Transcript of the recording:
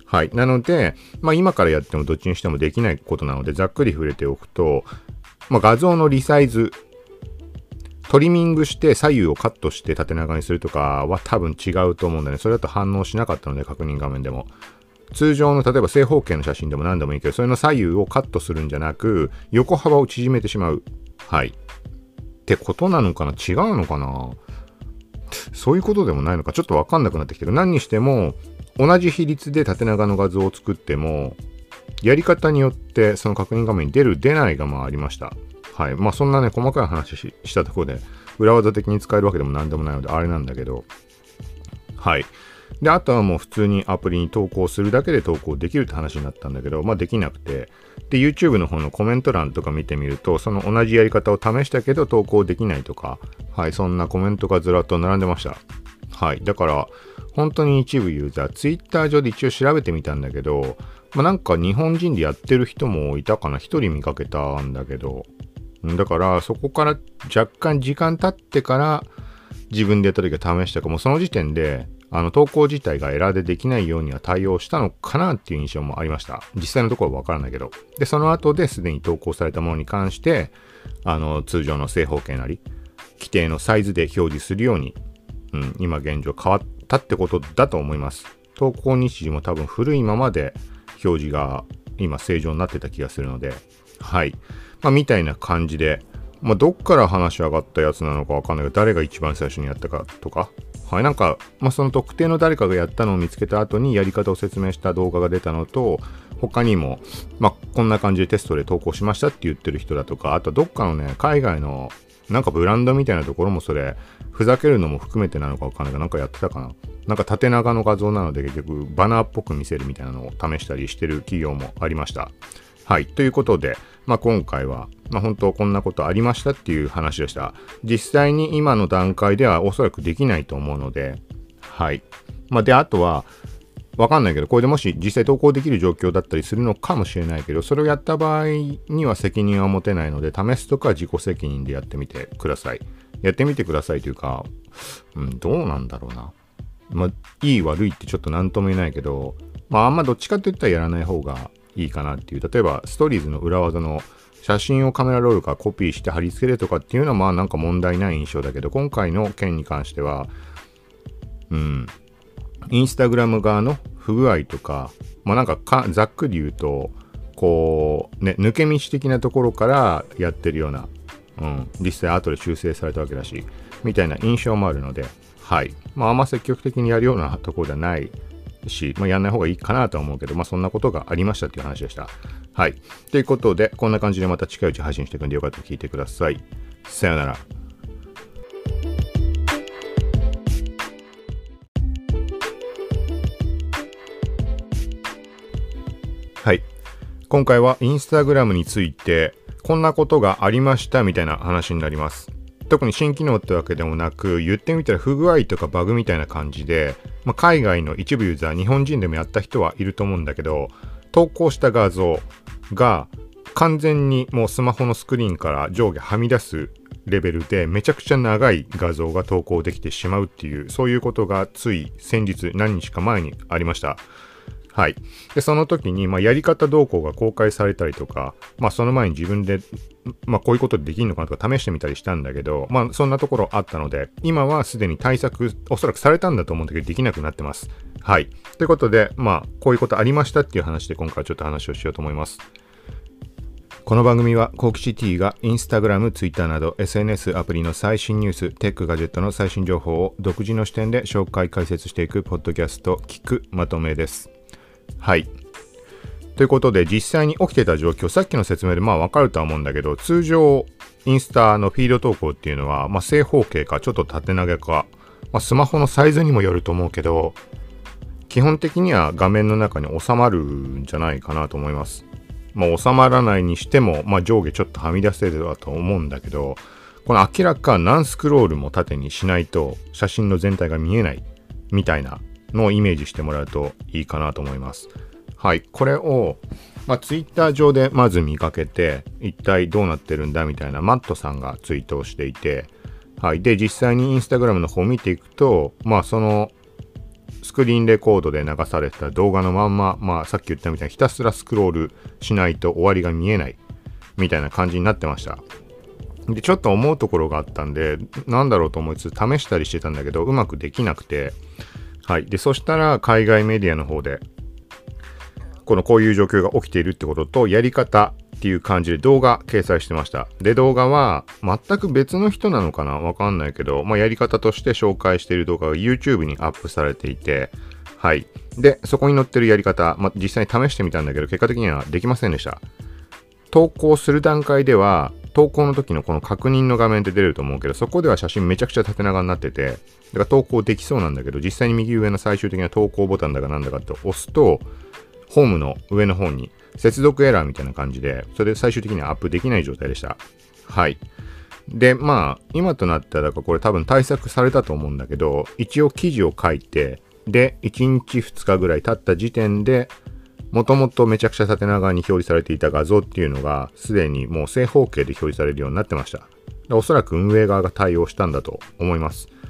はい。なので、今からやってもどっちにしてもできないことなので、ざっくり触れておくと、画像のリサイズ、トリミングして左右をカットして縦長にするとかは多分違うと思うんだね。それだと反応しなかったので、確認画面でも。通常の例えば正方形の写真でも何でもいいけど、それの左右をカットするんじゃなく、横幅を縮めてしまう。はい。ってことなのかな？違うのかな？そういうことでもないのかちょっとわかんなくなってきてる。何にしても、同じ比率で縦長の画像を作っても、やり方によってその確認画面に出る出ないがありました。はい。そんなね、細かい話したところで、裏技的に使えるわけでも何でもないので、あれなんだけど、はい。で、あとはもう普通にアプリに投稿するだけで投稿できるって話になったんだけど、できなくて、で、YouTube の方のコメント欄とか見てみると、その同じやり方を試したけど投稿できないとか、はい、そんなコメントがずらっと並んでました。はい。だから、本当に一部ユーザー、Twitter 上で一応調べてみたんだけど、なんか日本人でやってる人もいたかな。一人見かけたんだけど、だからそこから若干時間経ってから自分でやった時は試したかも、その時点で投稿自体がエラーでできないようには対応したのかなっていう印象もありました。実際のところはわからないけど。で、その後ですでに投稿されたものに関して、通常の正方形なり、規定のサイズで表示するように、今現状変わったってことだと思います。投稿日時も多分古いままで表示が今正常になってた気がするので、はい。みたいな感じで、どっから話上がったやつなのかわかんないけど、誰が一番最初にやったかとか、はい、なんか、その特定の誰かがやったのを見つけた後にやり方を説明した動画が出たのと、他にも、こんな感じでテストで投稿しましたって言ってる人だとか、あとどっかのね、海外のなんかブランドみたいなところもそれ、ふざけるのも含めてなのかわかんないけど、なんかやってたかな。なんか縦長の画像なので結局バナーっぽく見せるみたいなのを試したりしてる企業もありました。はい。ということで、今回は、本当こんなことありましたっていう話でした。実際に今の段階ではおそらくできないと思うので、はい。で、あとは、わかんないけど、これでもし実際投稿できる状況だったりするのかもしれないけど、それをやった場合には責任は持てないので、試すとか自己責任でやってみてください。やってみてくださいというか、どうなんだろうな。いい悪いってちょっと何とも言えないけど、あんまどっちかって言ったらやらない方がいいかなっていう。例えば、ストーリーズの裏技の写真をカメラロールからコピーして貼り付けるとかっていうのはなんか問題ない印象だけど、今回の件に関しては、インスタグラム側の不具合とか、なんかざっくり言うと、こう、ね、抜け道的なところからやってるような、実際後で修正されたわけだし、みたいな印象もあるので、はい。あんま積極的にやるようなところではないし、やんない方がいいかなとは思うけど、そんなことがありましたっていう話でした。はい。ということで、こんな感じでまた近いうち配信していくんでよかったら聞いてください。さよなら。はい。今回はインスタグラムについて、こんなことがありましたみたいな話になります。特に新機能ってわけでもなく、言ってみたら不具合とかバグみたいな感じで、海外の一部ユーザー、日本人でもやった人はいると思うんだけど、投稿した画像が完全にもうスマホのスクリーンから上下はみ出すレベルでめちゃくちゃ長い画像が投稿できてしまうっていう、そういうことがつい先日何日か前にありました。はい。で、その時に、やり方動向が公開されたりとか、その前に自分で、こういうことでできるのかなとか試してみたりしたんだけど、そんなところあったので、今はすでに対策、おそらくされたんだと思うんだけど、できなくなってます。はい。ということで、こういうことありましたっていう話で今回ちょっと話をしようと思います。この番組は、コウキチ T がインスタグラム、ツイッターなど SNS アプリの最新ニュース、テックガジェットの最新情報を独自の視点で紹介解説していくポッドキャスト、聞くまとめです。はい。ということで、実際に起きてた状況、さっきの説明でわかるとは思うんだけど、通常、インスタのフィード投稿っていうのは、正方形か、ちょっと縦長か、スマホのサイズにもよると思うけど、基本的には画面の中に収まるんじゃないかなと思います。収まらないにしても、上下ちょっとはみ出せるだと思うんだけど、この明らか何スクロールも縦にしないと、写真の全体が見えない、みたいなのをイメージしてもらうといいかなと思います。はい。これを、ツイッター上でまず見かけて、一体どうなってるんだみたいなマットさんがツイートをしていて、はい。で、実際にインスタグラムの方を見ていくと、そのスクリーンレコードで流された動画のまんま、さっき言ったみたいにひたすらスクロールしないと終わりが見えないみたいな感じになってました。で、ちょっと思うところがあったんで、なんだろうと思いつつ試したりしてたんだけど、うまくできなくて、はい。で、そしたら海外メディアの方で、こういう状況が起きているってことと、やり方っていう感じで動画掲載してました。で、動画は全く別の人なのかなわかんないけど、やり方として紹介している動画が YouTube にアップされていて、はい。で、そこに載ってるやり方、実際に試してみたんだけど、結果的にはできませんでした。投稿する段階では、投稿の時のこの確認の画面って出ると思うけど、そこでは写真めちゃくちゃ縦長になってて、だから投稿できそうなんだけど、実際に右上の最終的な投稿ボタンだかなんだかって押すと、ホームの上の方に接続エラーみたいな感じで、それで最終的にはアップできない状態でした。はい。で、今となったらこれ多分対策されたと思うんだけど、一応記事を書いて、で、1日2日ぐらい経った時点で、もともとめちゃくちゃ縦長に表示されていた画像っていうのが、すでにもう正方形で表示されるようになってました。おそらく運営側が対応したんだと思います。